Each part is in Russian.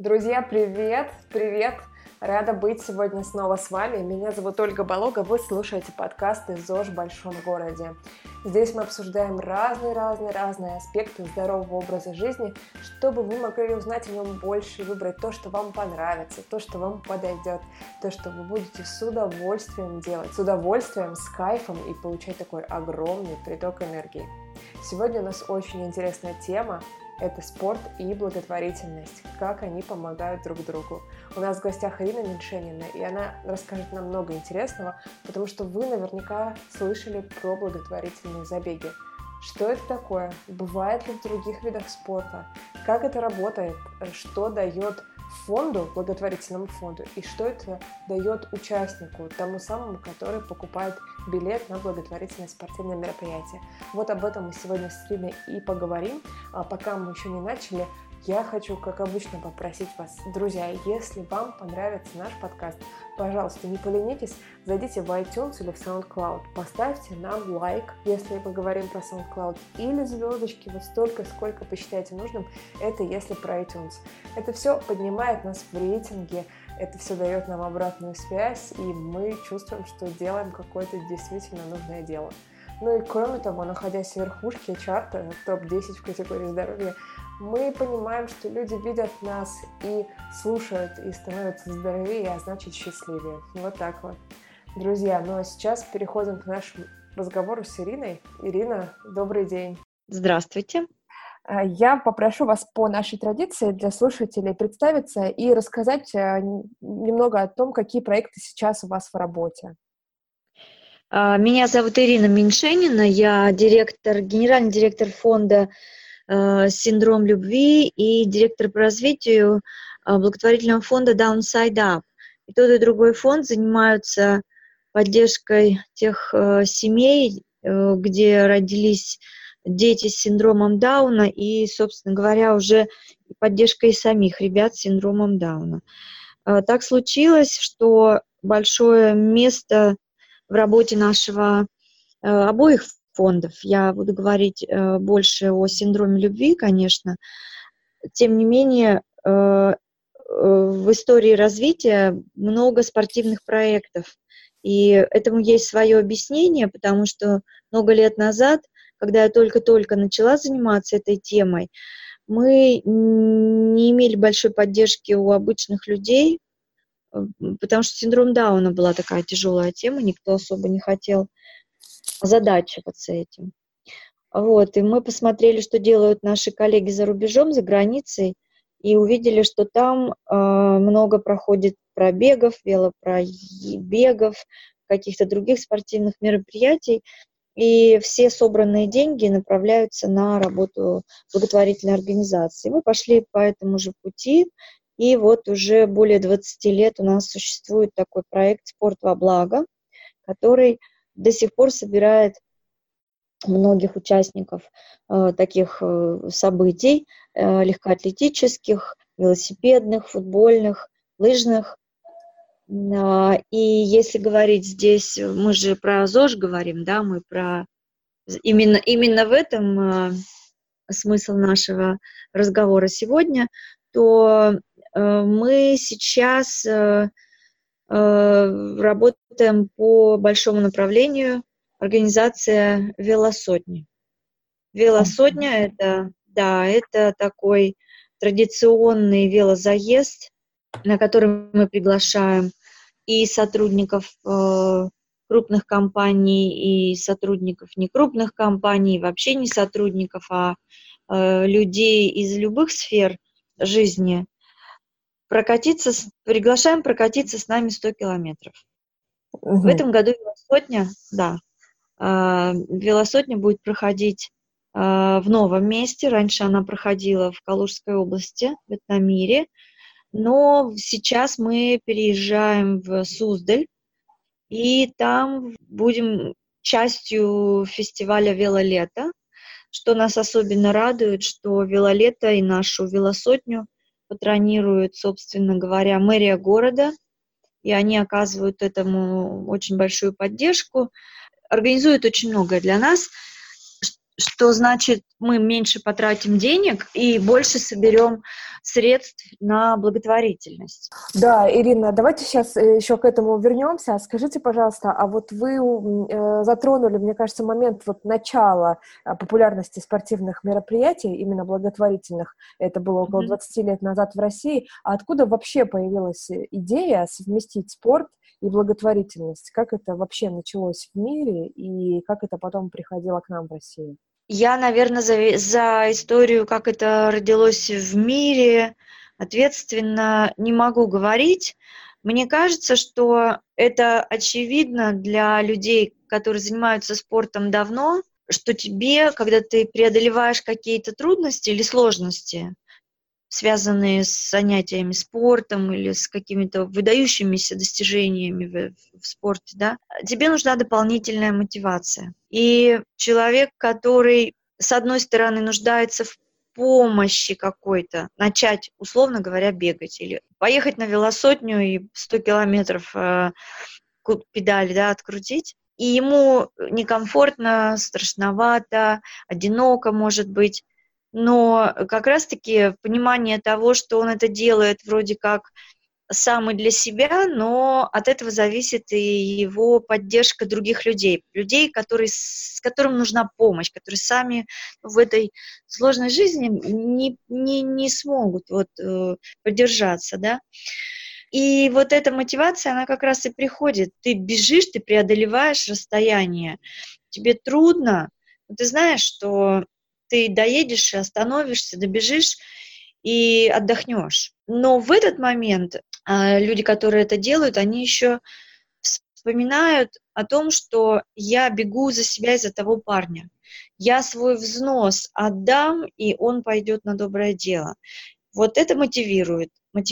Друзья, привет! Привет! Рада быть сегодня снова с вами. Меня зовут Ольга Болога. Вы слушаете подкасты «ЗОЖ в большом городе». Здесь мы обсуждаем разные аспекты здорового образа жизни, чтобы вы могли узнать о нем больше и выбрать то, что вам понравится, то, что вам подойдет, то, что вы будете с удовольствием делать, с удовольствием, с кайфом и получать такой огромный приток энергии. Сегодня у нас очень интересная тема. Это спорт и благотворительность, как они помогают друг другу. У нас в гостях Ирина Меньшенина, и она расскажет нам много интересного, потому что вы наверняка слышали про благотворительные забеги. Что это такое? Бывает ли в других видах спорта? Как это работает? Что дает фонду, благотворительному фонду, и что это дает участнику, тому самому, который покупает билет на благотворительное спортивное мероприятие. Вот об этом мы сегодня с Ириной и поговорим. А пока мы еще не начали, я хочу, как обычно, попросить вас, друзья, если вам понравится наш подкаст, пожалуйста, не поленитесь, зайдите в iTunes или в SoundCloud, поставьте нам лайк, если мы говорим про SoundCloud, или звездочки, вот столько, сколько посчитаете нужным, это если про iTunes. Это все поднимает нас в рейтинге, это все дает нам обратную связь, и мы чувствуем, что делаем какое-то действительно нужное дело. Ну и кроме того, находясь в верхушке чарта, топ-10 в категории здоровья, мы понимаем, что люди видят нас и слушают, и становятся здоровее, а значит счастливее. Вот так вот. Друзья, ну а сейчас переходим к нашему разговору с Ириной. Ирина, добрый день. Здравствуйте. Я попрошу вас по нашей традиции для слушателей представиться и рассказать немного о том, какие проекты сейчас у вас в работе. Меня зовут Ирина Меньшенина, я генеральный директор фонда «Синдром любви» и директор по развитию благотворительного фонда Downside Up. И тот, и другой фонд занимаются поддержкой тех семей, где родились дети с синдромом Дауна, и, собственно говоря, уже поддержкой самих ребят с синдромом Дауна. Так случилось, что большое место в работе нашего обоих фондов, я буду говорить больше о синдроме любви, конечно, тем не менее, в истории развития много спортивных проектов, и этому есть свое объяснение, потому что много лет назад, когда я только-только начала заниматься этой темой, мы не имели большой поддержки у обычных людей, потому что синдром Дауна была такая тяжелая тема, никто особо не хотел озадачиваться этим. Вот, и мы посмотрели, что делают наши коллеги за рубежом, за границей, и увидели, что там много проходит пробегов, велопробегов, каких-то других спортивных мероприятий, и все собранные деньги направляются на работу благотворительной организации. Мы пошли по этому же пути, и вот уже более 20 лет у нас существует такой проект «Спорт во благо», который до сих пор собирает многих участников таких событий, легкоатлетических, велосипедных, футбольных, лыжных. И если говорить здесь, мы же про ЗОЖ говорим, да, мы про... Именно в этом смысл нашего разговора сегодня, то мы сейчас работаем по большому направлению организация велосотни. Велосотня это такой традиционный велозаезд, на который мы приглашаем и сотрудников крупных компаний, и сотрудников некрупных компаний, вообще не сотрудников, а людей из любых сфер жизни. Приглашаем прокатиться с нами 100 километров. В этом году велосотня будет проходить в новом месте. Раньше она проходила в Калужской области, в Этномире, но сейчас мы переезжаем в Суздаль, и там будем частью фестиваля «Велолето», что нас особенно радует, что «Велолето» и нашу велосотню патронирует, собственно говоря, мэрия города, и они оказывают этому очень большую поддержку, организуют очень многое для нас. что значит мы меньше потратим денег и больше соберем средств на благотворительность. Да, Ирина, давайте сейчас еще к этому вернемся. Скажите, пожалуйста, а вот вы затронули, мне кажется, момент вот начала популярности спортивных мероприятий, именно благотворительных. Это было около 20 лет назад в России. А откуда вообще появилась идея совместить спорт и благотворительность? Как это вообще началось в мире и как это потом приходило к нам в Россию? Я, наверное, за историю, как это родилось в мире, ответственно не могу говорить. Мне кажется, что это очевидно для людей, которые занимаются спортом давно, что тебе, когда ты преодолеваешь какие-то трудности или сложности, связанные с занятиями спортом или с какими-то выдающимися достижениями в спорте, да, тебе нужна дополнительная мотивация. И человек, который, с одной стороны, нуждается в помощи какой-то, начать, условно говоря, бегать или поехать на велосотню и 100 километров педали, да, открутить, и ему некомфортно, страшновато, одиноко, может быть, но как раз-таки понимание того, что он это делает вроде как сам и для себя, но от этого зависит и его поддержка других людей, с которым нужна помощь, которые сами в этой сложной жизни не смогут поддержаться, да. И вот эта мотивация, она как раз и приходит. Ты бежишь, ты преодолеваешь расстояние, тебе трудно, но ты знаешь, что ты доедешь и остановишься, добежишь и отдохнешь. Но в этот момент люди, которые это делают, они еще вспоминают о том, что я бегу за себя и за того парня. Я свой взнос отдам, и он пойдет на доброе дело. Вот это мотивирует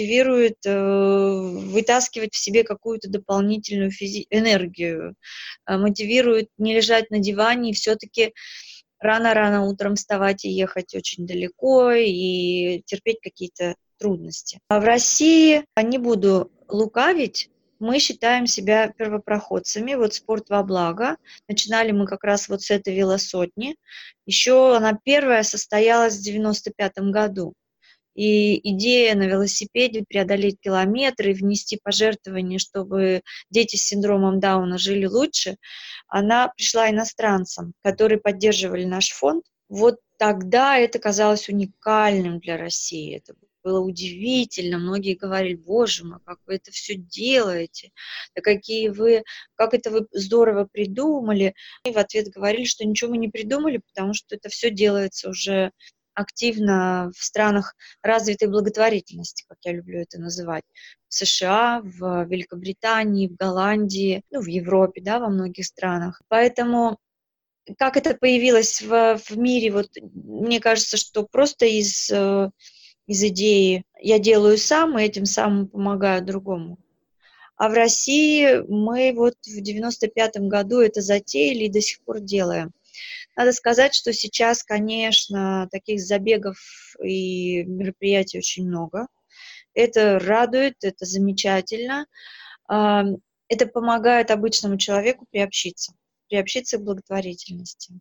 вытаскивать в себе какую-то дополнительную энергию, мотивирует не лежать на диване и все-таки рано-рано утром вставать и ехать очень далеко и терпеть какие-то трудности. А в России, не буду лукавить, мы считаем себя первопроходцами. Вот спорт во благо. Начинали мы как раз вот с этой велосотни. Еще она первая состоялась в 95-м году. И идея на велосипеде преодолеть километры и внести пожертвования, чтобы дети с синдромом Дауна жили лучше, она пришла иностранцам, которые поддерживали наш фонд. Вот тогда это казалось уникальным для России. Это было удивительно. Многие говорили: боже мой, как вы это все делаете, да как это вы здорово придумали. И в ответ говорили, что ничего мы не придумали, потому что это все делается уже активно в странах развитой благотворительности, как я люблю это называть, в США, в Великобритании, в Голландии, в Европе, да, во многих странах. Поэтому как это появилось в мире, вот мне кажется, что просто из идеи я делаю сам и этим самым помогаю другому. А в России мы вот в 95-м году это затеяли и до сих пор делаем. Надо сказать, что сейчас, конечно, таких забегов и мероприятий очень много. Это радует, это замечательно. Это помогает обычному человеку приобщиться к благотворительности.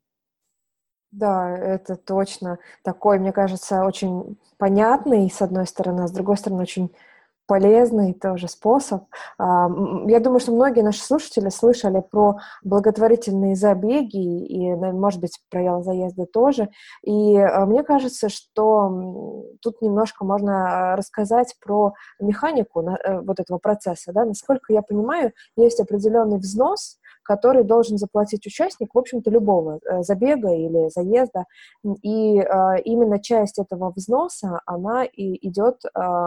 Да, это точно такой, мне кажется, очень понятный, с одной стороны, а с другой стороны, очень полезный тоже способ. Я думаю, что многие наши слушатели слышали про благотворительные забеги и, может быть, про велозаезды тоже. И мне кажется, что тут немножко можно рассказать про механику вот этого процесса. Да? Насколько я понимаю, есть определенный взнос, который должен заплатить участник, в общем-то, любого забега или заезда. И именно часть этого взноса, она и идет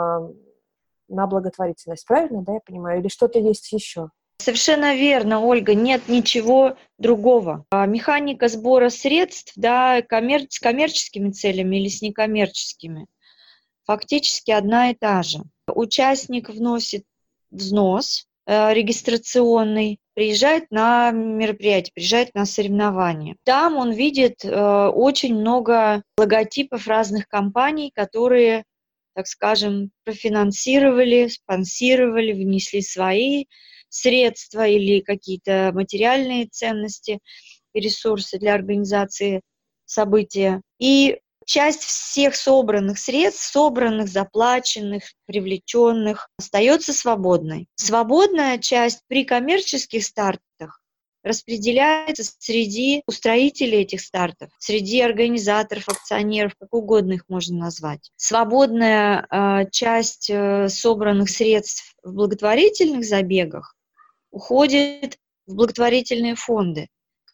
на благотворительность. Правильно, да, я понимаю? Или что-то есть еще? Совершенно верно, Ольга, нет ничего другого. Механика сбора средств, да, с коммерческими целями или с некоммерческими, фактически одна и та же. Участник вносит взнос регистрационный, приезжает на мероприятие, приезжает на соревнования. Там он видит очень много логотипов разных компаний, которые, так скажем, профинансировали, спонсировали, внесли свои средства или какие-то материальные ценности и ресурсы для организации события. И часть всех собранных средств, собранных, заплаченных, привлеченных, остается свободной. Свободная часть при коммерческих стартах распределяется среди устроителей этих стартов, среди организаторов, акционеров, как угодно их можно назвать. Свободная часть собранных средств в благотворительных забегах уходит в благотворительные фонды,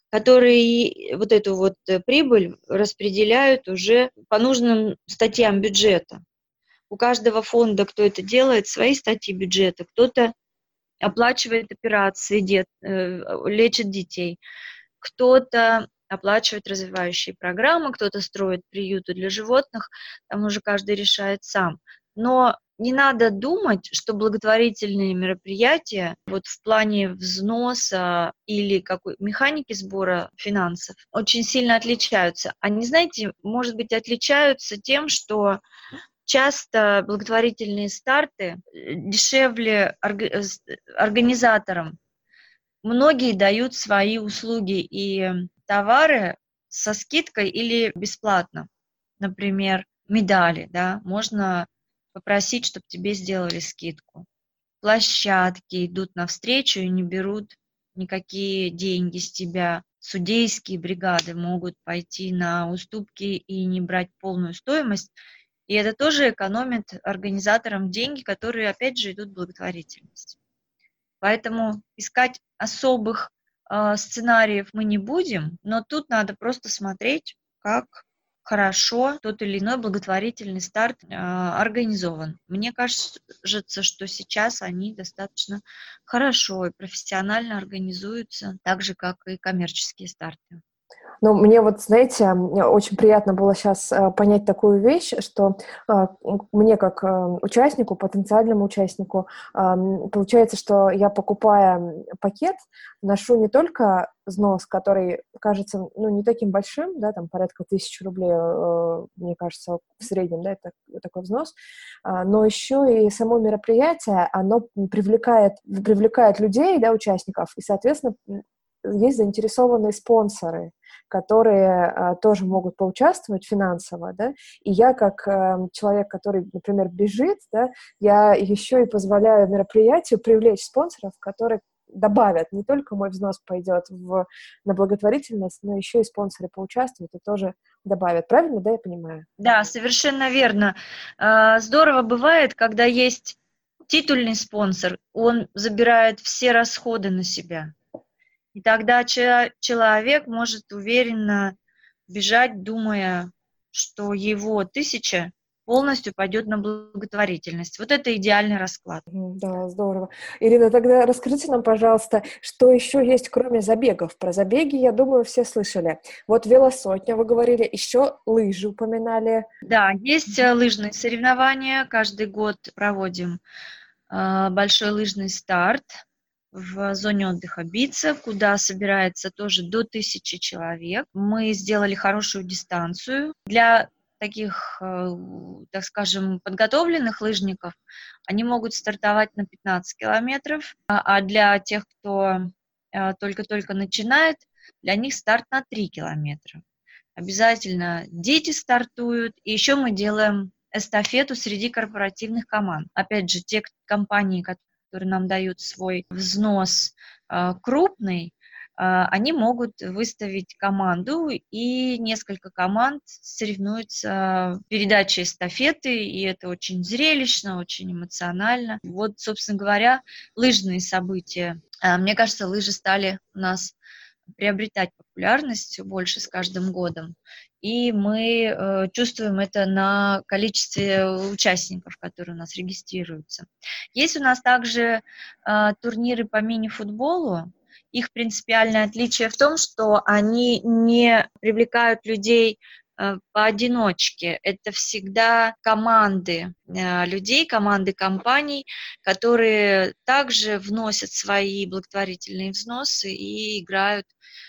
которые вот эту вот прибыль распределяют уже по нужным статьям бюджета. У каждого фонда, кто это делает, свои статьи бюджета. Кто-то оплачивает операции, лечит детей, кто-то оплачивает развивающие программы, кто-то строит приюты для животных, там уже каждый решает сам. Но не надо думать, что благотворительные мероприятия вот в плане взноса или какой механики сбора финансов очень сильно отличаются. Они, знаете, может быть, отличаются тем, что часто благотворительные старты дешевле организаторам. Многие дают свои услуги и товары со скидкой или бесплатно. Например, медали, да, можно попросить, чтобы тебе сделали скидку. Площадки идут навстречу и не берут никакие деньги с тебя. Судейские бригады могут пойти на уступки и не брать полную стоимость. И это тоже экономит организаторам деньги, которые, опять же, идут в благотворительность. Поэтому искать особых сценариев мы не будем, но тут надо просто смотреть, как хорошо тот или иной благотворительный старт организован. Мне кажется, что сейчас они достаточно хорошо и профессионально организуются, так же, как и коммерческие старты. Ну, мне вот, знаете, очень приятно было сейчас понять такую вещь, что мне как участнику, потенциальному участнику, получается, что я, покупая пакет, ношу не только взнос, который кажется, ну, не таким большим, да, там порядка 1000 рублей, мне кажется, в среднем, да, это такой взнос, но еще и само мероприятие, оно привлекает людей, да, участников, и, соответственно, есть заинтересованные спонсоры, которые тоже могут поучаствовать финансово, да, и я как человек, который, например, бежит, да, я еще и позволяю мероприятию привлечь спонсоров, которые добавят, не только мой взнос пойдет на благотворительность, но еще и спонсоры поучаствуют и тоже добавят. Правильно, да, я понимаю? Да, совершенно верно. Здорово бывает, когда есть титульный спонсор, он забирает все расходы на себя. И тогда человек может уверенно бежать, думая, что его 1000 полностью пойдет на благотворительность. Вот это идеальный расклад. Да, здорово. Ирина, тогда расскажите нам, пожалуйста, что еще есть, кроме забегов? Про забеги, я думаю, все слышали. Вот велосотня, вы говорили, еще лыжи упоминали. Да, есть лыжные соревнования. Каждый год проводим большой лыжный старт в зоне отдыха Бица, куда собирается тоже до 1000 человек. Мы сделали хорошую дистанцию. Для таких, так скажем, подготовленных лыжников они могут стартовать на 15 километров, а для тех, кто только-только начинает, для них старт на 3 километра. Обязательно дети стартуют, и еще мы делаем эстафету среди корпоративных команд. Опять же, те компании, которые нам дают свой взнос крупный, они могут выставить команду, и несколько команд соревнуются в передаче эстафеты, и это очень зрелищно, очень эмоционально. Вот, собственно говоря, лыжные события. Мне кажется, лыжи стали у нас приобретать популярность все больше с каждым годом, и мы чувствуем это на количестве участников, которые у нас регистрируются. Есть у нас также турниры по мини-футболу. Их принципиальное отличие в том, что они не привлекают людей поодиночке. Это всегда команды людей, команды компаний, которые также вносят свои благотворительные взносы и играют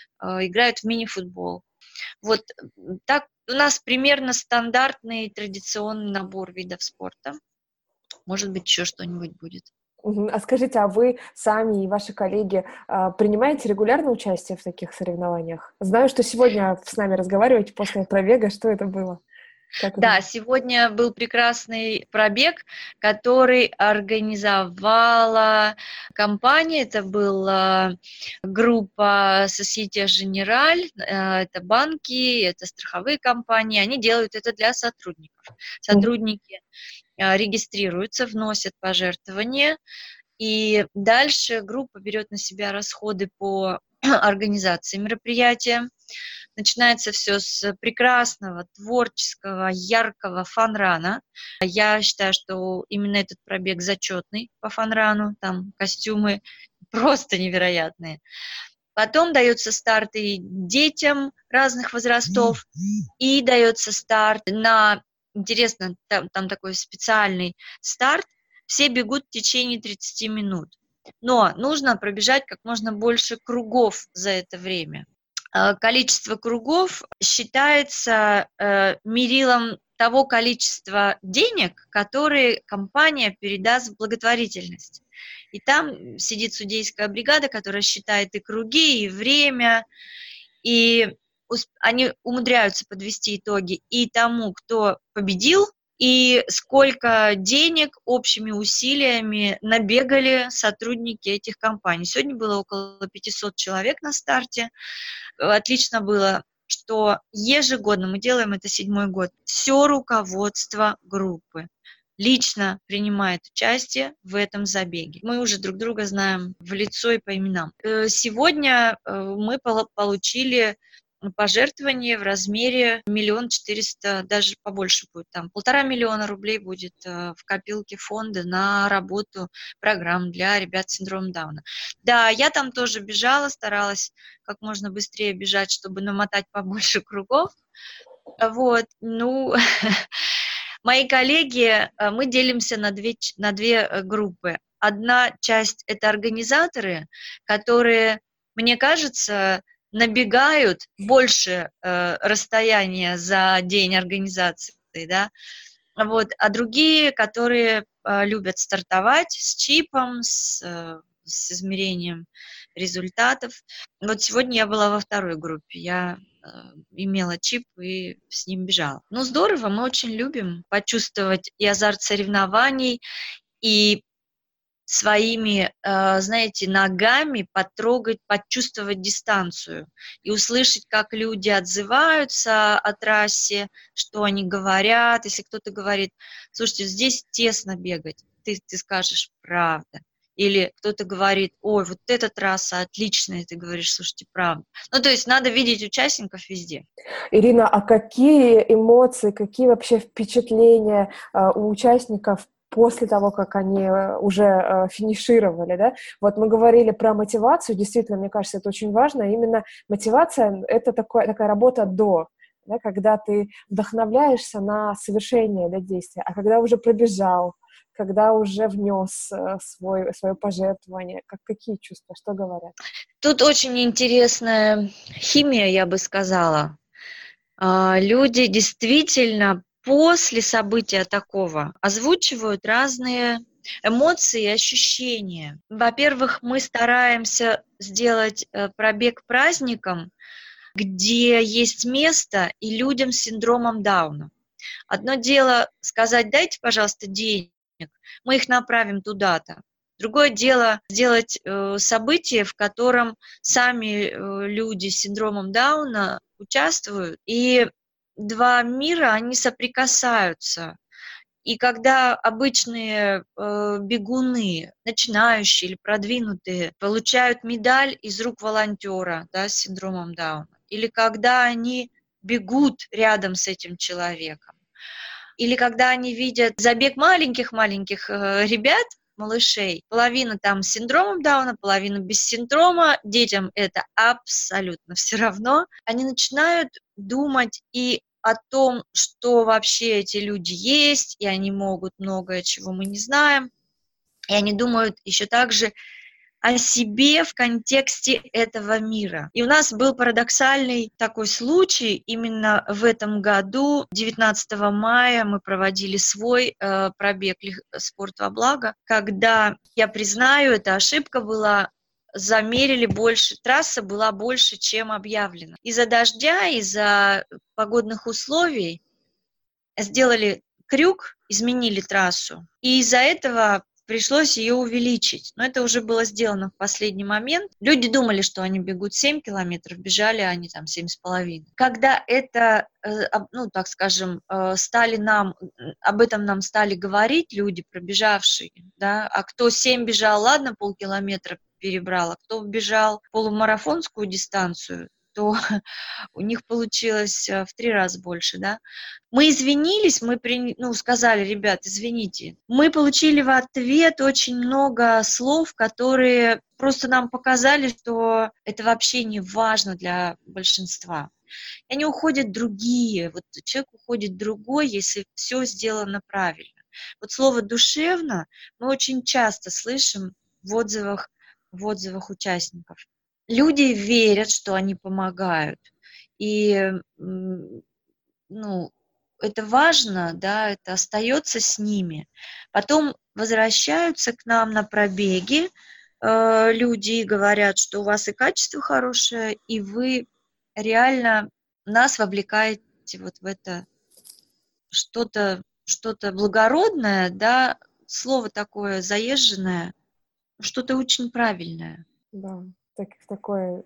в мини-футбол. Вот так у нас примерно стандартный традиционный набор видов спорта. Может быть, еще что-нибудь будет. Мгм. А скажите, а вы сами и ваши коллеги принимаете регулярно участие в таких соревнованиях? Знаю, что сегодня с нами разговариваете после пробега. Что это было? Как это Да, было? сегодня был прекрасный пробег, который организовала компания. Это была группа Societe Generale, это банки, это страховые компании. Они делают это для сотрудников. Мгм. Сотрудники регистрируются, вносят пожертвования, и дальше группа берет на себя расходы по организации мероприятия. Начинается все с прекрасного, творческого, яркого фанрана. Я считаю, что именно этот пробег зачетный по фанрану, там костюмы просто невероятные. Потом дается старт и детям разных возрастов, и дается старт на, интересно, там такой специальный старт, все бегут в течение 30 минут. Но нужно пробежать как можно больше кругов за это время. Количество кругов считается мерилом того количества денег, которые компания передаст в благотворительность. И там сидит судейская бригада, которая считает и круги, и время, и они умудряются подвести итоги и тому, кто победил, и сколько денег общими усилиями набегали сотрудники этих компаний. Сегодня было около 500 человек на старте. Отлично было, что ежегодно, мы делаем это 7-й год, все руководство группы лично принимает участие в этом забеге. Мы уже друг друга знаем в лицо и по именам. Сегодня мы получили пожертвование в размере 1 400 000, даже побольше будет, там 1,5 миллиона рублей будет в копилке фонда на работу программ для ребят с синдромом Дауна. Да, я там тоже бежала, старалась как можно быстрее бежать, чтобы намотать побольше кругов. Вот, ну, мои коллеги, мы делимся на две группы. Одна часть – это организаторы, которые, мне кажется, набегают больше расстояния за день организации, да, вот, а другие, которые любят стартовать с чипом, с измерением результатов. Вот сегодня я была во второй группе, я имела чип и с ним бежала. Ну, здорово, мы очень любим почувствовать и азарт соревнований, и своими, знаете, ногами потрогать, почувствовать дистанцию и услышать, как люди отзываются о трассе, что они говорят. Если кто-то говорит, слушайте, здесь тесно бегать, ты скажешь правда. Или кто-то говорит, ой, вот эта трасса отличная, ты говоришь, слушайте, правда. Ну, то есть надо видеть участников везде. Ирина, а какие эмоции, какие вообще впечатления у участников после того, как они уже финишировали, да? Вот мы говорили про мотивацию, действительно, мне кажется, это очень важно. Именно мотивация — это такая работа до, да, когда ты вдохновляешься на совершение, да, действия, а когда уже пробежал, когда уже внес свое пожертвование, какие чувства, что говорят? Тут очень интересная химия, я бы сказала. Люди действительно после события такого озвучивают разные эмоции и ощущения. Во-первых, мы стараемся сделать пробег праздником, где есть место и людям с синдромом Дауна. Одно дело сказать, дайте, пожалуйста, денег, мы их направим туда-то. Другое дело сделать событие, в котором сами люди с синдромом Дауна участвуют, и два мира, они соприкасаются. И когда обычные бегуны, начинающие или продвинутые, получают медаль из рук волонтера, да, с синдромом Дауна, или когда они бегут рядом с этим человеком, или когда они видят забег маленьких-маленьких ребят, малышей, половина там с синдромом Дауна, половина без синдрома, детям это абсолютно все равно, они начинают думать и о том, что вообще эти люди есть, и они могут многое, чего мы не знаем, и они думают еще также о себе в контексте этого мира. И у нас был парадоксальный такой случай. Именно в этом году, 19 мая, мы проводили свой пробег «Спорт во благо», когда, я признаю, эта ошибка была, замерили больше, трасса была больше, чем объявлено. Из-за дождя, из-за погодных условий сделали крюк, изменили трассу, и из-за этого пришлось ее увеличить. Но это уже было сделано в последний момент. Люди думали, что они бегут 7 километров, бежали они там 7,5. Когда это, так скажем, об этом нам стали говорить люди, пробежавшие, да, а кто 7 бежал, ладно, полкилометра перебрал, а кто бежал полумарафонскую дистанцию, то у них получилось в 3 раза больше, да. Мы извинились, мы сказали: ребят, извините. Мы получили в ответ очень много слов, которые просто нам показали, что это вообще не важно для большинства. И они уходят другие, вот человек уходит другой, если все сделано правильно. Вот слово «душевно» мы очень часто слышим в отзывах участников. Люди верят, что они помогают. И, это важно, да, это остается с ними. Потом возвращаются к нам на пробеги люди и говорят, что у вас и качество хорошее, и вы реально нас вовлекаете вот в это что-то благородное, да, слово такое заезженное, что-то очень правильное. Да, такое,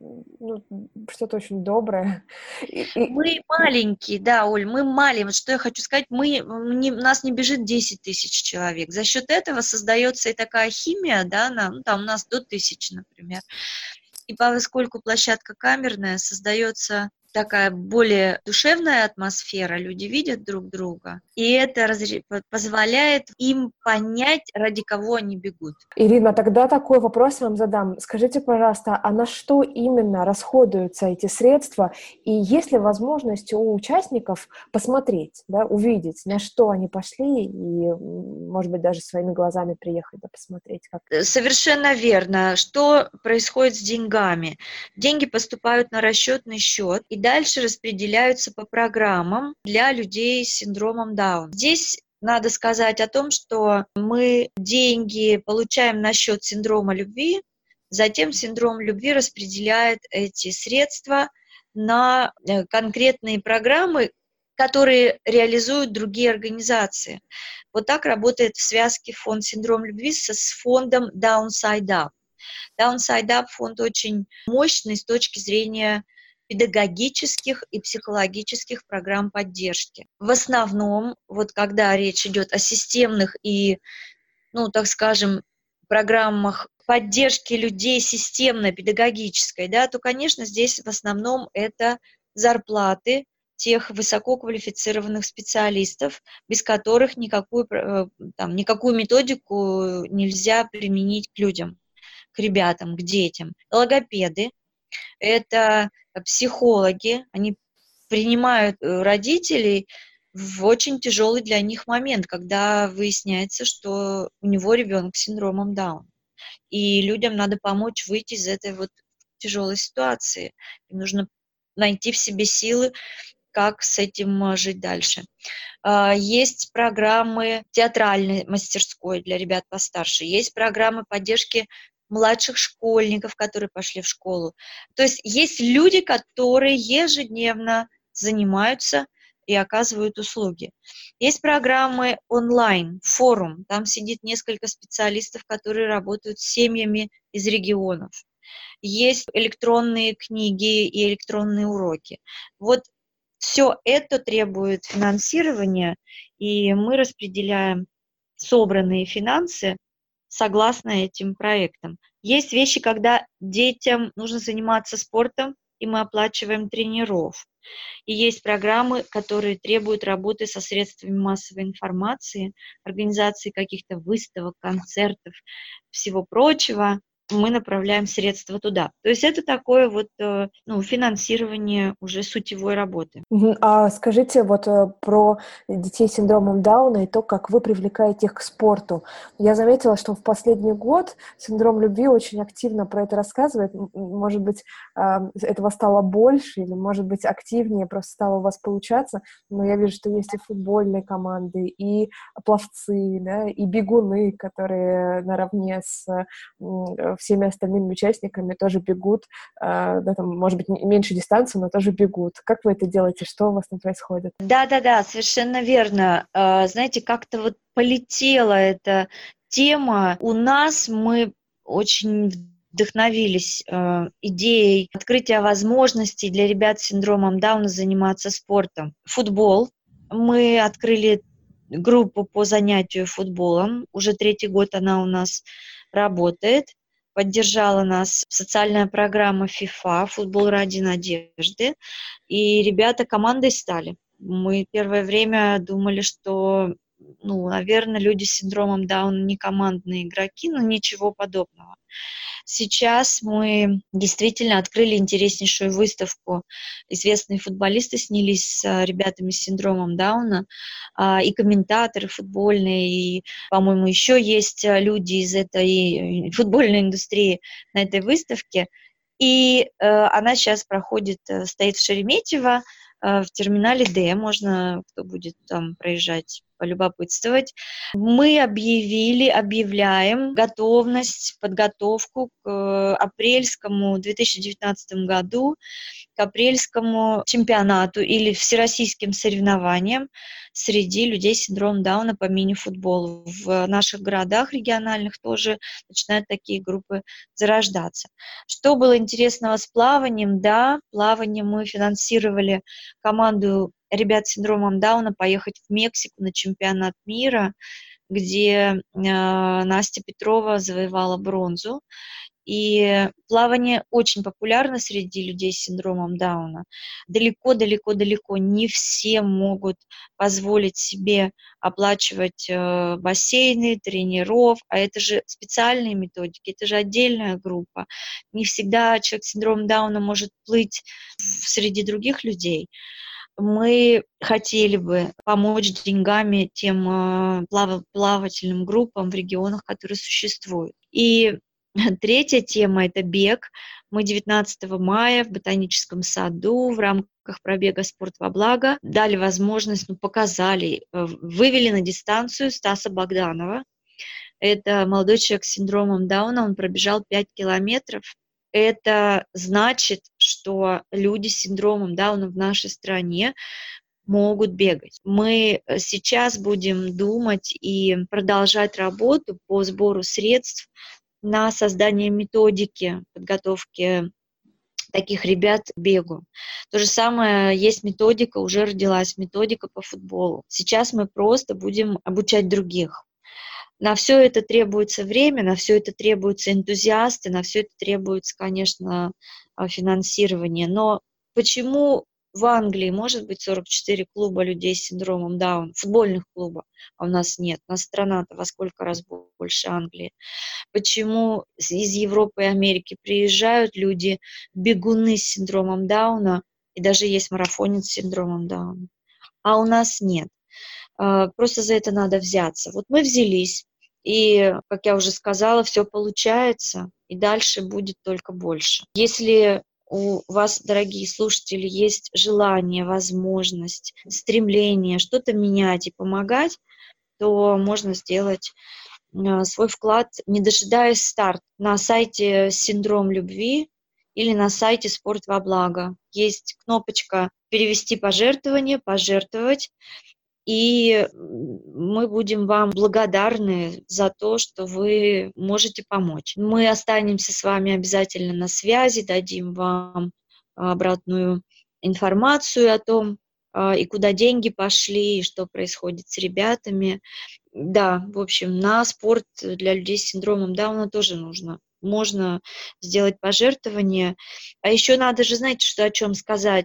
что-то очень доброе. Мы маленькие, да, Оль, мы маленькие. Вот что я хочу сказать, у нас не бежит 10 тысяч человек. За счет этого создается и такая химия, да, там у нас до 1000, например. И поскольку площадка камерная, создается такая более душевная атмосфера, люди видят друг друга, и это позволяет им понять, ради кого они бегут. Ирина, тогда такой вопрос вам задам. Скажите, пожалуйста, а на что именно расходуются эти средства, и есть ли возможность у участников посмотреть, да, увидеть, на что они пошли, и, может быть, даже своими глазами приехать, да, посмотреть? Совершенно верно. Что происходит с деньгами? Деньги поступают на расчетный счет, и дальше распределяются по программам для людей с синдромом Даун. Здесь надо сказать о том, что мы деньги получаем на счет синдрома любви, затем синдром любви распределяет эти средства на конкретные программы, которые реализуют другие организации. Вот так работает в связке фонд «Синдром любви» с фондом Downside Up. Downside Up фонд очень мощный с точки зрения педагогических и психологических программ поддержки. В основном, вот когда речь идет о системных и, так скажем, программах поддержки людей системно-педагогической, да, то, конечно, здесь в основном это зарплаты тех высококвалифицированных специалистов, без которых никакую методику нельзя применить к людям, к ребятам, к детям. Логопеды – это психологи, они принимают родителей в очень тяжелый для них момент, когда выясняется, что у него ребенок с синдромом Даун. И людям надо помочь выйти из этой вот тяжелой ситуации. Им нужно найти в себе силы, как с этим жить дальше. Есть программы театральной мастерской для ребят постарше, есть программы поддержки младших школьников, которые пошли в школу. То есть есть люди, которые ежедневно занимаются и оказывают услуги. Есть программы онлайн, форум, там сидит несколько специалистов, которые работают с семьями из регионов. Есть электронные книги и электронные уроки. Вот все это требует финансирования, и мы распределяем собранные финансы согласно этим проектам. Есть вещи, когда детям нужно заниматься спортом, и мы оплачиваем тренеров. И есть программы, которые требуют работы со средствами массовой информации, организации каких-то выставок, концертов, всего прочего. мы направляем средства туда. То есть это такое вот финансирование уже сутевой работы. А скажите вот про детей с синдромом Дауна и то, как вы привлекаете их к спорту. Я заметила, что в последний год синдром любви очень активно про это рассказывает. Может быть, этого стало больше или, может быть, активнее просто стало у вас получаться. Но я вижу, что есть и футбольные команды, и пловцы, да, и бегуны, которые наравне с всеми остальными участниками тоже бегут, да, там, может быть, меньше дистанции, но тоже бегут. Как вы это делаете? Что у вас там происходит? Да, совершенно верно. Знаете, как-то вот полетела эта тема. У нас мы очень вдохновились идеей открытия возможностей для ребят с синдромом Дауна заниматься спортом. Футбол. Мы открыли группу по занятию футболом. Уже 3-й год она у нас работает. Поддержала нас социальная программа FIFA «Футбол ради надежды». И ребята командой стали. Мы первое время думали, что, наверное, люди с синдромом Дауна не командные игроки, но ничего подобного. Сейчас мы действительно открыли интереснейшую выставку. Известные футболисты снялись с ребятами с синдромом Дауна, и комментаторы футбольные, и, по-моему, еще есть люди из этой футбольной индустрии на этой выставке. И она сейчас стоит в Шереметьево, в терминале Д. Можно, кто будет там проезжать, полюбопытствовать. Мы объявляем готовность, подготовку к апрельскому 2019 году, к апрельскому чемпионату или всероссийским соревнованиям среди людей с синдромом Дауна по мини-футболу. В наших городах региональных тоже начинают такие группы зарождаться. Что было интересного с плаванием? Да, плавание мы финансировали команду ребят с синдромом Дауна поехать в Мексику на чемпионат мира, где Настя Петрова завоевала бронзу. И плавание очень популярно среди людей с синдромом Дауна. Далеко не все могут позволить себе оплачивать бассейны, тренеров, а это же специальные методики, это же отдельная группа. Не всегда человек с синдромом Дауна может плыть среди других людей. Мы хотели бы помочь деньгами тем плавательным группам в регионах, которые существуют. И третья тема – это бег. Мы 19 мая в Ботаническом саду в рамках пробега «Спорт во благо» дали возможность, вывели на дистанцию Стаса Богданова. Это молодой человек с синдромом Дауна, он пробежал 5 километров. Это значит, что люди с синдромом Дауна в нашей стране могут бегать. Мы сейчас будем думать и продолжать работу по сбору средств на создание методики подготовки таких ребят к бегу. То же самое, есть методика, уже родилась методика по футболу. Сейчас мы просто будем обучать других. На все это требуется время, на все это требуются энтузиасты, на все это требуется, конечно, финансирование. Но почему в Англии может быть 44 клуба людей с синдромом Дауна, футбольных клубов, а у нас нет? У нас страна-то во сколько раз больше Англии. Почему из Европы и Америки приезжают люди, бегуны с синдромом Дауна, и даже есть марафонец с синдромом Дауна, а у нас нет? Просто за это надо взяться. Вот мы взялись, и, как я уже сказала, все получается, и дальше будет только больше. Если у вас, дорогие слушатели, есть желание, возможность, стремление что-то менять и помогать, то можно сделать свой вклад, не дожидаясь старта. На сайте «Синдром любви» или на сайте «Спорт во благо» есть кнопочка «Перевести пожертвование», «Пожертвовать», и мы будем вам благодарны за то, что вы можете помочь. Мы останемся с вами обязательно на связи, дадим вам обратную информацию о том, и куда деньги пошли, и что происходит с ребятами. Да, в общем, на спорт для людей с синдромом Дауна тоже нужно. Можно сделать пожертвование. А еще надо же, знаете, что о чем сказать.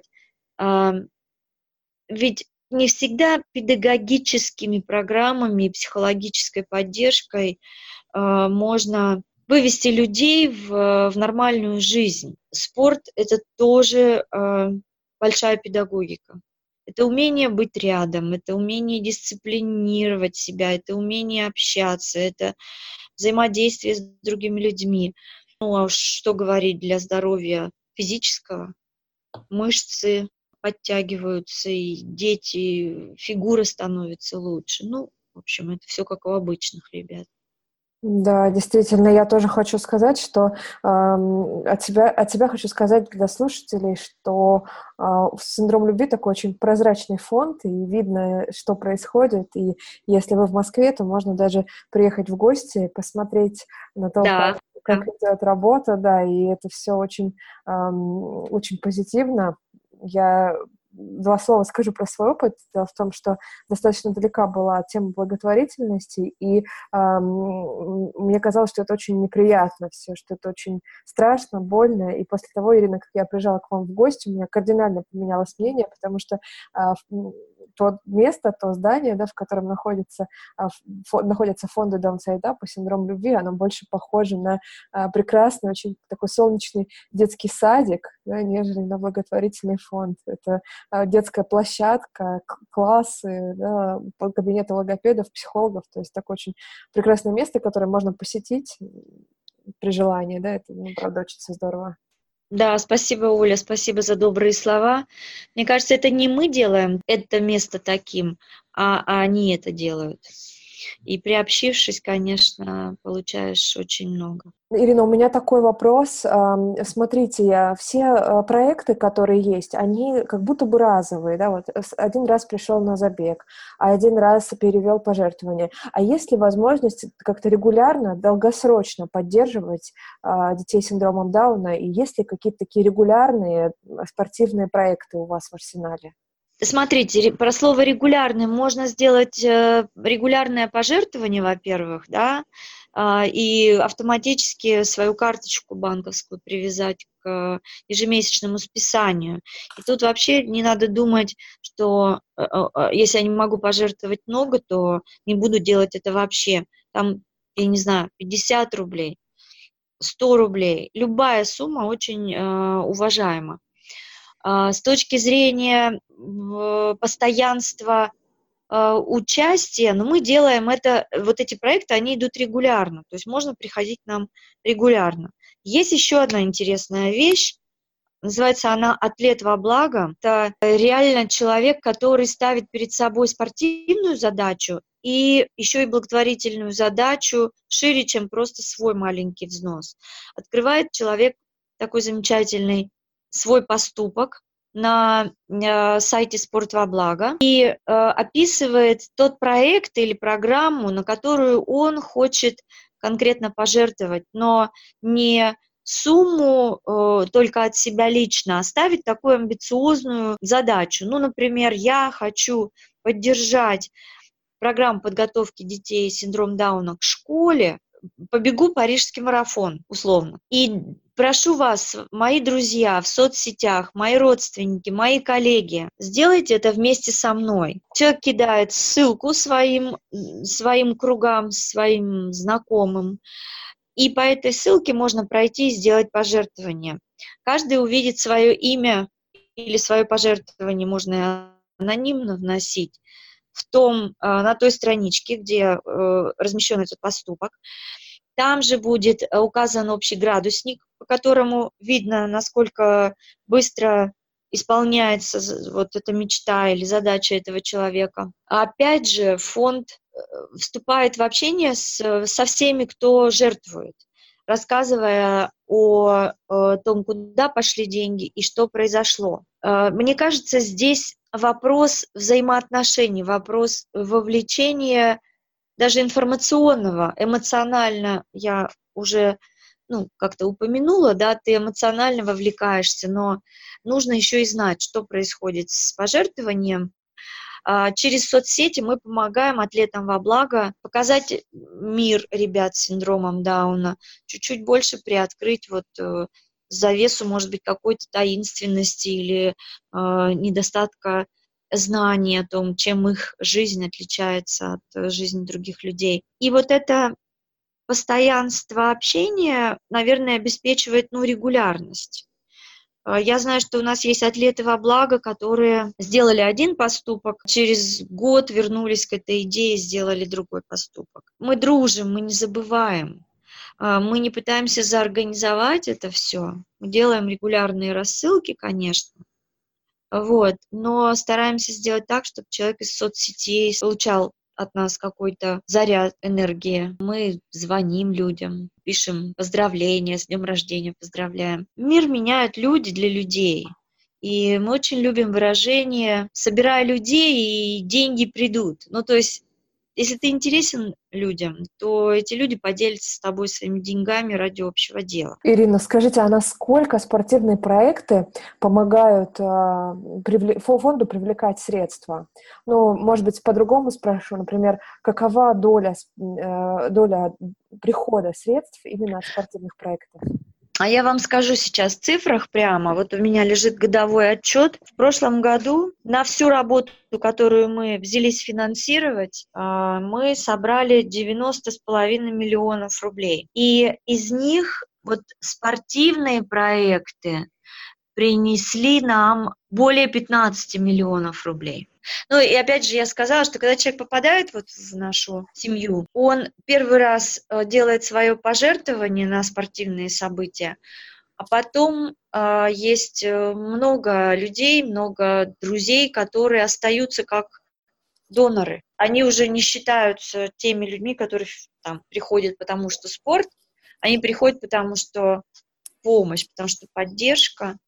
Ведь не всегда педагогическими программами и психологической поддержкой можно вывести людей в нормальную жизнь. Спорт – это тоже большая педагогика. Это умение быть рядом, это умение дисциплинировать себя, это умение общаться, это взаимодействие с другими людьми. Ну, а уж что говорить для здоровья физического? Мышцы подтягиваются, и дети, фигура становится лучше. Ну, в общем, это все как у обычных ребят. Да, действительно, я тоже хочу сказать, что от себя хочу сказать для слушателей, что синдром любви такой очень прозрачный фонд, и видно, что происходит. И если вы в Москве, то можно даже приехать в гости, посмотреть на то, Да, как идет работа, да, и это все очень, очень позитивно. Я два слова скажу про свой опыт. Дело в том, что достаточно далека была тема благотворительности, и мне казалось, что это очень неприятно все, что это очень страшно, больно. И после того, Ирина, как я приезжала к вам в гости, у меня кардинально поменялось мнение, потому что то место, то здание, да, в котором находятся фонды Downside Up по синдрому любви, оно больше похоже на прекрасный, очень такой солнечный детский садик, да, нежели на благотворительный фонд. Это детская площадка, классы, да, кабинеты логопедов, психологов, то есть такое очень прекрасное место, которое можно посетить при желании, да, это, правда, очень все здорово. да, спасибо, Оля, спасибо за добрые слова. Мне кажется, это не мы делаем это место таким, а они это делают. И приобщившись, конечно, получаешь очень много. Ирина, у меня такой вопрос. Смотрите, все проекты, которые есть, они как будто бы разовые, да, вот один раз пришел на забег, а один раз перевел пожертвование. А есть ли возможность как-то регулярно, долгосрочно поддерживать детей с синдромом Дауна, и есть ли какие-то такие регулярные спортивные проекты у вас в арсенале? Смотрите, про слово регулярный можно сделать регулярное пожертвование, во-первых, да, и автоматически свою карточку банковскую привязать к ежемесячному списанию. И тут вообще не надо думать, что если я не могу пожертвовать много, то не буду делать это вообще. Там, я не знаю, 50 рублей, 100 рублей, любая сумма очень уважаема. С точки зрения постоянства участия, но мы делаем это, вот эти проекты, они идут регулярно, то есть можно приходить к нам регулярно. Есть еще одна интересная вещь, называется она «Атлет во благо». Это реально человек, который ставит перед собой спортивную задачу и еще и благотворительную задачу шире, чем просто свой маленький взнос. Открывает человек такой замечательный свой поступок на сайте «Спорт во благо» и описывает тот проект или программу, на которую он хочет конкретно пожертвовать, но не сумму только от себя лично, а ставить такую амбициозную задачу. Ну, например, я хочу поддержать программу подготовки детей с синдромом Дауна к школе, побегу парижский марафон, условно. И прошу вас, мои друзья в соцсетях, мои родственники, мои коллеги, сделайте это вместе со мной. Человек кидает ссылку своим кругам, своим знакомым, и по этой ссылке можно пройти и сделать пожертвование. Каждый увидит свое имя или свое пожертвование, можно анонимно вносить на той страничке, где размещен этот поступок. Там же будет указан общий градусник, по которому видно, насколько быстро исполняется вот эта мечта или задача этого человека. А опять же, фонд вступает в общение со всеми, кто жертвует, рассказывая о том, куда пошли деньги и что произошло. Мне кажется, здесь вопрос взаимоотношений, вопрос вовлечения даже информационного, эмоционально я уже как-то упомянула, да, ты эмоционально вовлекаешься, но нужно еще и знать, что происходит с пожертвованием. Через соцсети мы помогаем атлетам во благо показать мир ребят с синдромом Дауна, чуть-чуть больше приоткрыть завесу, может быть, какой-то таинственности или недостатка знаний о том, чем их жизнь отличается от жизни других людей. И вот это постоянство общения, наверное, обеспечивает, регулярность. Я знаю, что у нас есть атлеты во благо, которые сделали один поступок, через год вернулись к этой идее, сделали другой поступок. Мы дружим, мы не забываем. Мы не пытаемся заорганизовать это все. Мы делаем регулярные рассылки, конечно, но стараемся сделать так, чтобы человек из соцсетей получал от нас какой-то заряд энергии. Мы звоним людям, пишем поздравления, с днем рождения поздравляем. Мир меняют люди для людей. И мы очень любим выражение «собирай людей, и деньги придут». То есть, если ты интересен людям, то эти люди поделятся с тобой своими деньгами ради общего дела. Ирина, скажите, а насколько спортивные проекты помогают фонду привлекать средства? Может быть, по-другому спрошу, например, какова доля прихода средств именно от спортивных проектов? А я вам скажу сейчас в цифрах прямо. Вот у меня лежит годовой отчет. В прошлом году на всю работу, которую мы взялись финансировать, мы собрали 90,5 миллионов рублей. И из них спортивные проекты принесли нам более 15 миллионов рублей. И опять же я сказала, что когда человек попадает в нашу семью, он первый раз делает свое пожертвование на спортивные события, а потом есть много людей, много друзей, которые остаются как доноры. Они уже не считаются теми людьми, которые там приходят потому что спорт, они приходят потому что помощь, потому что поддержка.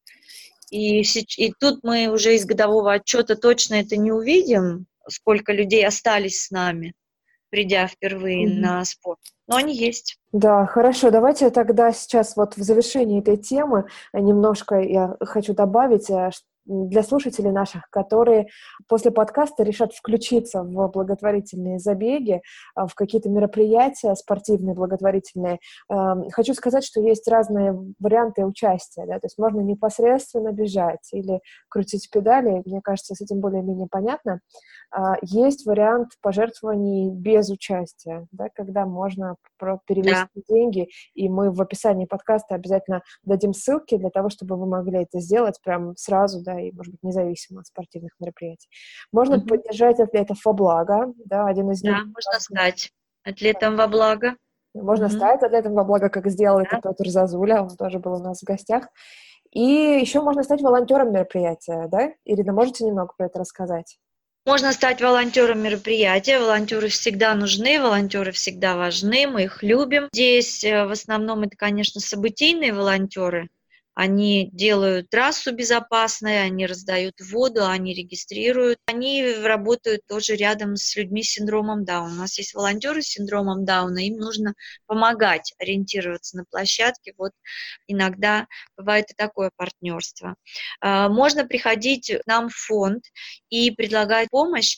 И тут мы уже из годового отчета точно это не увидим, сколько людей остались с нами, придя впервые на спорт. Но они есть. Да, хорошо. Давайте тогда сейчас в завершении этой темы немножко я хочу добавить для слушателей наших, которые после подкаста решат включиться в благотворительные забеги, в какие-то мероприятия спортивные, благотворительные. Хочу сказать, что есть разные варианты участия, да, то есть можно непосредственно бежать или крутить педали, мне кажется, с этим более-менее понятно. Есть вариант пожертвований без участия, да, когда можно перевести деньги, и мы в описании подкаста обязательно дадим ссылки для того, чтобы вы могли это сделать прямо сразу, да, и, может быть, независимо от спортивных мероприятий. Можно поддержать атлетов во благо, да, один из них... Да, можно стать атлетом во благо. Можно стать атлетом во благо, как сделал это Петр Зазуля, он тоже был у нас в гостях. И еще можно стать волонтером мероприятия, да? Ирина, можете немного про это рассказать? Можно стать волонтером мероприятия. Волонтеры всегда нужны, волонтеры всегда важны, мы их любим. Здесь в основном это, конечно, событийные волонтеры. Они делают трассу безопасной, они раздают воду, они регистрируют. Они работают тоже рядом с людьми с синдромом Дауна. У нас есть волонтеры с синдромом Дауна, им нужно помогать ориентироваться на площадке. Иногда бывает и такое партнерство. Можно приходить к нам в фонд и предлагать помощь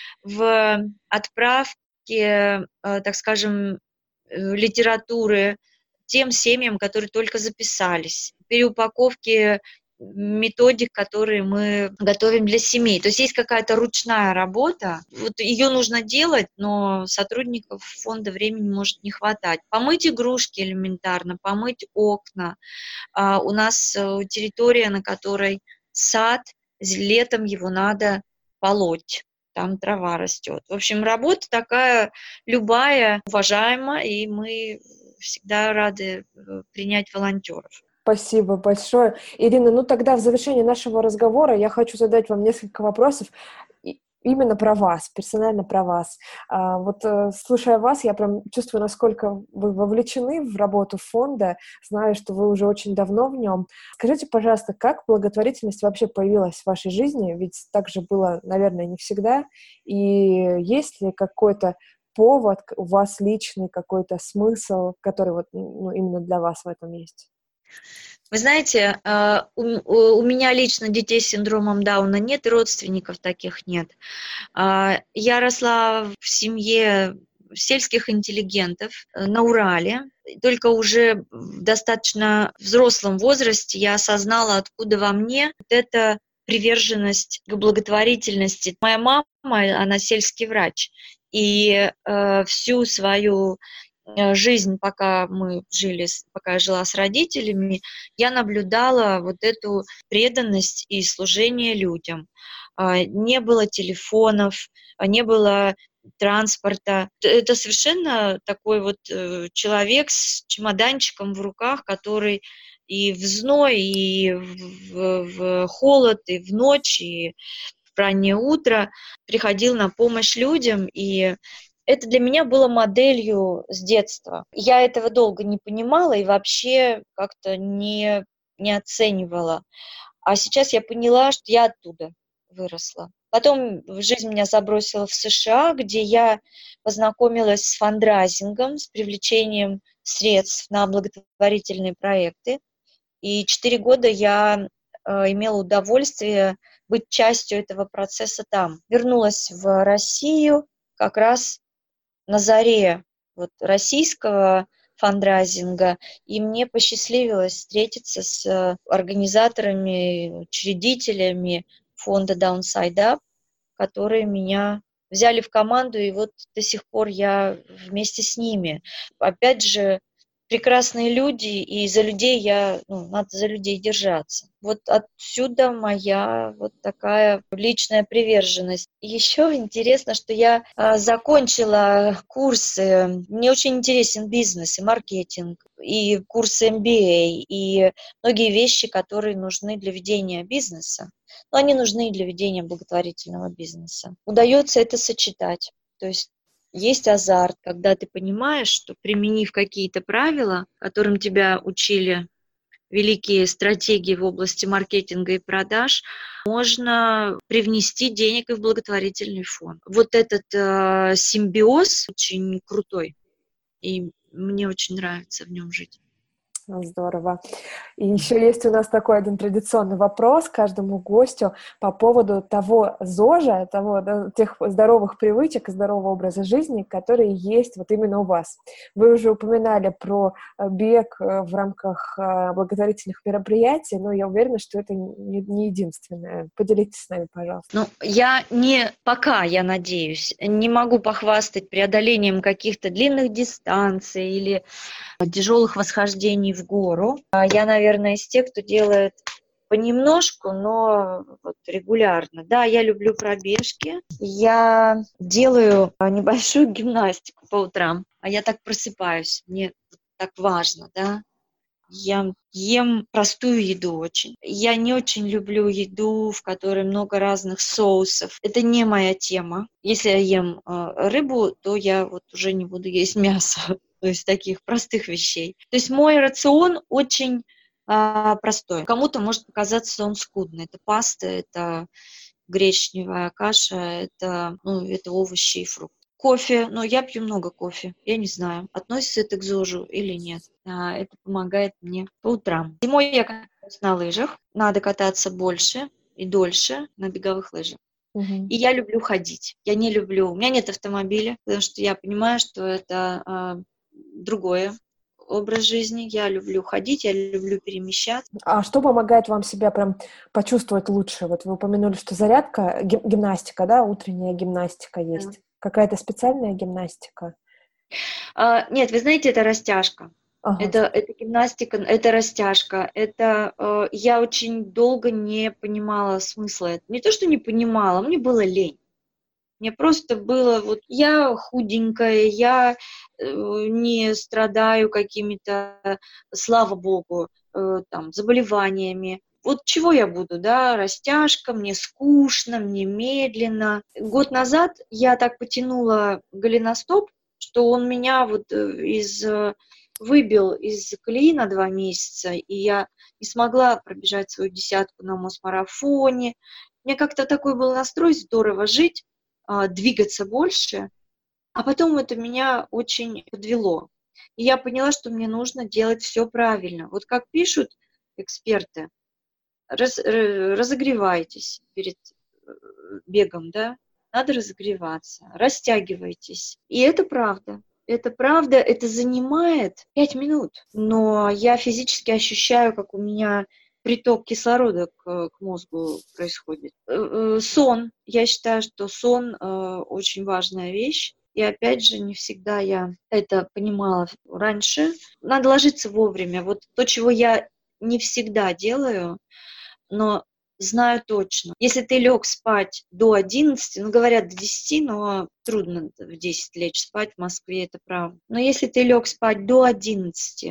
в отправке, так скажем, литературы тем семьям, которые только записались, переупаковки методик, которые мы готовим для семей. То есть есть какая-то ручная работа, ее нужно делать, но сотрудников фонда времени может не хватать. Помыть игрушки элементарно, помыть окна. У нас территория, на которой сад, летом его надо полоть. Там трава растет. В общем, работа такая любая, уважаемая, и мы всегда рады принять волонтеров. Спасибо большое. Ирина, тогда в завершении нашего разговора я хочу задать вам несколько вопросов именно про вас, персонально про вас. Слушая вас, я прям чувствую, насколько вы вовлечены в работу фонда, знаю, что вы уже очень давно в нем. Скажите, пожалуйста, как благотворительность вообще появилась в вашей жизни? Ведь так же было, наверное, не всегда. И есть ли какой-то повод у вас личный, какой-то смысл, который именно для вас в этом есть? Вы знаете, у меня лично детей с синдромом Дауна нет, и родственников таких нет. Я росла в семье сельских интеллигентов на Урале. Только уже в достаточно взрослом возрасте я осознала, откуда во мне эта приверженность к благотворительности. Моя мама, она сельский врач, и всю свою жизнь, пока я жила с родителями, я наблюдала вот эту преданность и служение людям. Не было телефонов, не было транспорта. Это совершенно такой вот человек с чемоданчиком в руках, который и в зной, и в холод, и в ночь, и в раннее утро приходил на помощь людям, и это для меня было моделью с детства. Я этого долго не понимала и вообще как-то не оценивала. А сейчас я поняла, что я оттуда выросла. Потом жизнь меня забросила в США, где я познакомилась с фандрайзингом, с привлечением средств на благотворительные проекты. И 4 года я имела удовольствие быть частью этого процесса там. Вернулась в Россию как раз на заре вот российского фандрайзинга, и мне посчастливилось встретиться с организаторами, учредителями фонда Downside Up, которые меня взяли в команду, и вот до сих пор я вместе с ними. Опять же, прекрасные люди, и за людей надо за людей держаться. Вот отсюда моя вот такая личная приверженность. Еще интересно, что я закончила курсы, мне очень интересен бизнес и маркетинг, и курсы MBA, и многие вещи, которые нужны для ведения бизнеса. Но они нужны и для ведения благотворительного бизнеса. Удается это сочетать. То есть азарт, когда ты понимаешь, что, применив какие-то правила, которым тебя учили великие стратегии в области маркетинга и продаж, можно привнести денег и в благотворительный фонд. Вот этот симбиоз очень крутой, и мне очень нравится в нем жить. Здорово. И еще есть у нас такой один традиционный вопрос каждому гостю по поводу того ЗОЖа, тех здоровых привычек и здорового образа жизни, которые есть вот именно у вас. Вы уже упоминали про бег в рамках благотворительных мероприятий, но я уверена, что это не единственное. Поделитесь с нами, пожалуйста. Пока, я надеюсь, не могу похвастать преодолением каких-то длинных дистанций или тяжелых восхождений в гору. Я, наверное, из тех, кто делает понемножку, но вот регулярно. Да, я люблю пробежки. Я делаю небольшую гимнастику по утрам, а я так просыпаюсь. Мне так важно, да. Я ем простую еду очень. Я не очень люблю еду, в которой много разных соусов. Это не моя тема. Если я ем рыбу, то я вот уже не буду есть мясо. То есть таких простых вещей. То есть мой рацион очень простой. Кому-то может показаться, что он скудный. Это паста, это гречневая каша, это овощи и фрукты. Кофе, но я пью много кофе. Я не знаю, относится это к ЗОЖу или нет. Это помогает мне по утрам. Зимой я катаюсь на лыжах. Надо кататься больше и дольше на беговых лыжах. И я люблю ходить. У меня нет автомобиля, потому что я понимаю, что это другой образ жизни. Я люблю ходить, я люблю перемещаться. А что помогает вам себя прям почувствовать лучше? Вот вы упомянули, что зарядка, гимнастика, да, утренняя гимнастика есть. Да. Какая-то специальная гимнастика? Нет, вы знаете, это растяжка. Ага. Это гимнастика, это растяжка. Я очень долго не понимала смысла. Не то, что не понимала, мне было лень. Мне просто было, я худенькая, я не страдаю какими-то, слава богу, заболеваниями. Вот чего я буду, да, растяжка, мне скучно, мне медленно. Год назад я так потянула голеностоп, что он меня выбил из колеи на 2 месяца, и я не смогла пробежать свою 10-ку на Мосмарафоне. У меня как-то такой был настрой: здорово жить, двигаться больше, а потом это меня очень подвело. И я поняла, что мне нужно делать все правильно. Вот как пишут эксперты, разогревайтесь перед бегом, да, надо разогреваться, растягивайтесь. И это правда. Это правда, это занимает 5 минут, но я физически ощущаю, как у меня приток кислорода к мозгу происходит. Сон. Я считаю, что сон очень важная вещь. И опять же, не всегда я это понимала раньше. Надо ложиться вовремя. Вот то, чего я не всегда делаю, но знаю точно. Если ты лег спать до 11, ну, говорят, до 10, но трудно в 10 лечь спать в Москве, это правда. Но если ты лег спать до 11,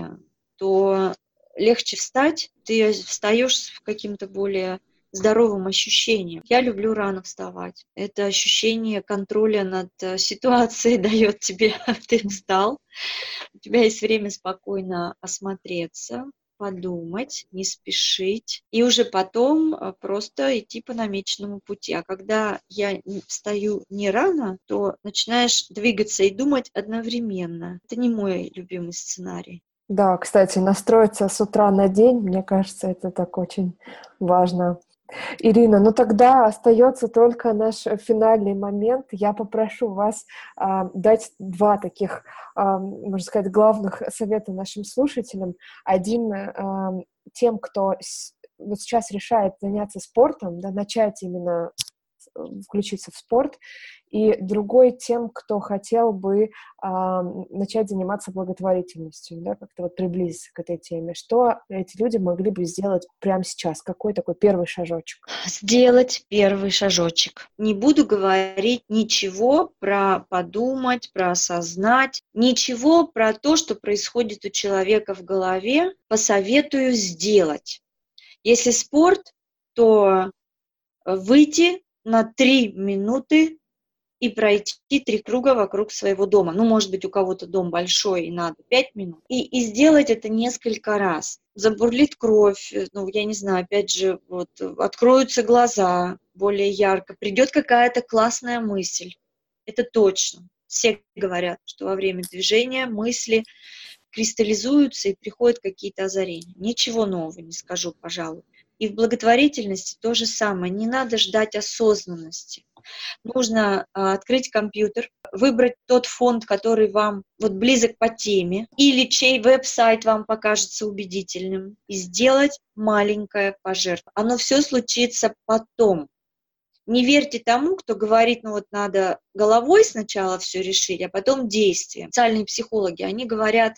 то легче встать, ты встаешь с каким-то более здоровым ощущением. Я люблю рано вставать. Это ощущение контроля над ситуацией дает тебе. Ты встал, у тебя есть время спокойно осмотреться, подумать, не спешить, и уже потом просто идти по намеченному пути. А когда я встаю не рано, то начинаешь двигаться и думать одновременно. Это не мой любимый сценарий. Да, кстати, настроиться с утра на день, мне кажется, это так очень важно. Ирина, ну тогда остается только наш финальный момент. Я попрошу вас дать два таких, можно сказать, главных совета нашим слушателям. Один тем, кто вот сейчас решает заняться спортом, да, начать именно включиться в спорт, и другой тем, кто хотел бы начать заниматься благотворительностью, да, как-то вот приблизиться к этой теме. Что эти люди могли бы сделать прямо сейчас? Какой такой первый шажочек? Сделать первый шажочек. Не буду говорить ничего про подумать, про осознать, ничего про то, что происходит у человека в голове, посоветую сделать. Если спорт, то выйти на 3 минуты и пройти 3 круга вокруг своего дома. Ну, может быть, у кого-то дом большой и надо 5 минут. И сделать это несколько раз. Забурлит кровь, ну, я не знаю, опять же, вот, откроются глаза более ярко, придет какая-то классная мысль. Это точно. Все говорят, что во время движения мысли кристаллизуются и приходят какие-то озарения. Ничего нового не скажу, пожалуй. И в благотворительности то же самое. Не надо ждать осознанности. Нужно открыть компьютер, выбрать тот фонд, который вам вот близок по теме, или чей веб-сайт вам покажется убедительным, и сделать маленькое пожертвование. Оно все случится потом. Не верьте тому, кто говорит, ну вот надо головой сначала все решить, а потом действием. Социальные психологи, они говорят,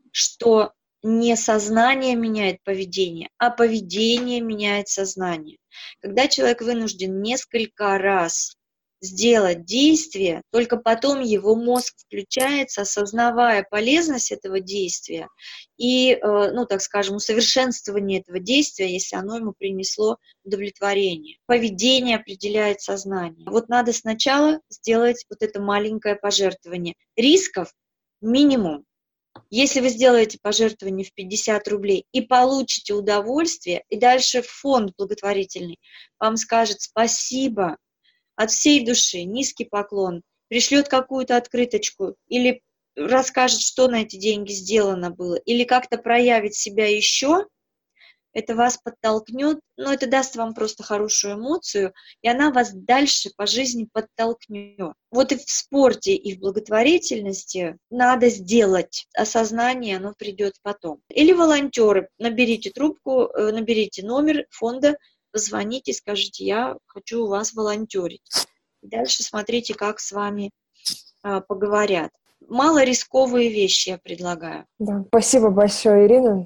что не сознание меняет поведение, а поведение меняет сознание. Когда человек вынужден несколько раз сделать действие, только потом его мозг включается, осознавая полезность этого действия и, ну, так скажем, усовершенствование этого действия, если оно ему принесло удовлетворение. Поведение определяет сознание. Вот надо сначала сделать вот это маленькое пожертвование. Рисков минимум. Если вы сделаете пожертвование в 50 рублей и получите удовольствие, и дальше фонд благотворительный вам скажет спасибо от всей души, низкий поклон, пришлет какую-то открыточку или расскажет, что на эти деньги сделано было, или как-то проявит себя еще, это вас подтолкнет, но это даст вам просто хорошую эмоцию, и она вас дальше по жизни подтолкнет. Вот и в спорте, и в благотворительности надо сделать. Осознание, оно придет потом. Или волонтеры. Наберите трубку, наберите номер фонда, позвоните, скажите, я хочу у вас волонтерить. Дальше смотрите, как с вами поговорят. Малорисковые вещи я предлагаю. Да. Спасибо большое, Ирина,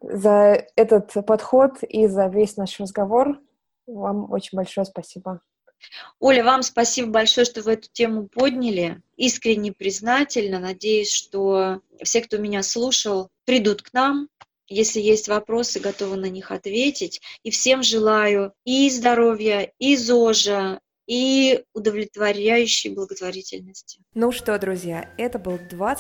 за этот подход и за весь наш разговор. Вам очень большое спасибо. Оля, вам спасибо большое, что вы эту тему подняли. Искренне признательна. Надеюсь, что все, кто меня слушал, придут к нам. Если есть вопросы, готова на них ответить. И всем желаю и здоровья, и ЗОЖа, и удовлетворяющей благотворительности. Ну что, друзья, это был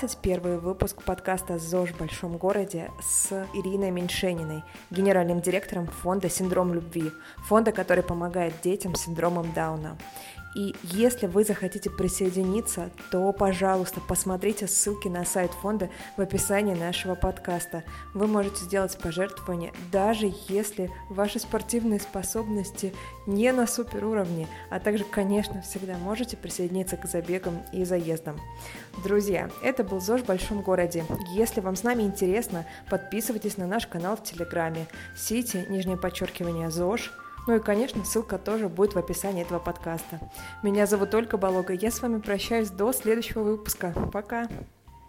21 выпуск подкаста «ЗОЖ в большом городе» с Ириной Меньшениной, генеральным директором фонда «Синдром любви», фонда, который помогает детям с синдромом Дауна. И если вы захотите присоединиться, то, пожалуйста, посмотрите ссылки на сайт фонда в описании нашего подкаста. Вы можете сделать пожертвование, даже если ваши спортивные способности не на суперуровне, а также, конечно, всегда можете присоединиться к забегам и заездам. Друзья, это был ЗОЖ в большом городе. Если вам с нами интересно, подписывайтесь на наш канал в Телеграме, _ЗОЖ, Ну и, конечно, ссылка тоже будет в описании этого подкаста. Меня зовут Ольга Болога, я с вами прощаюсь до следующего выпуска. Пока!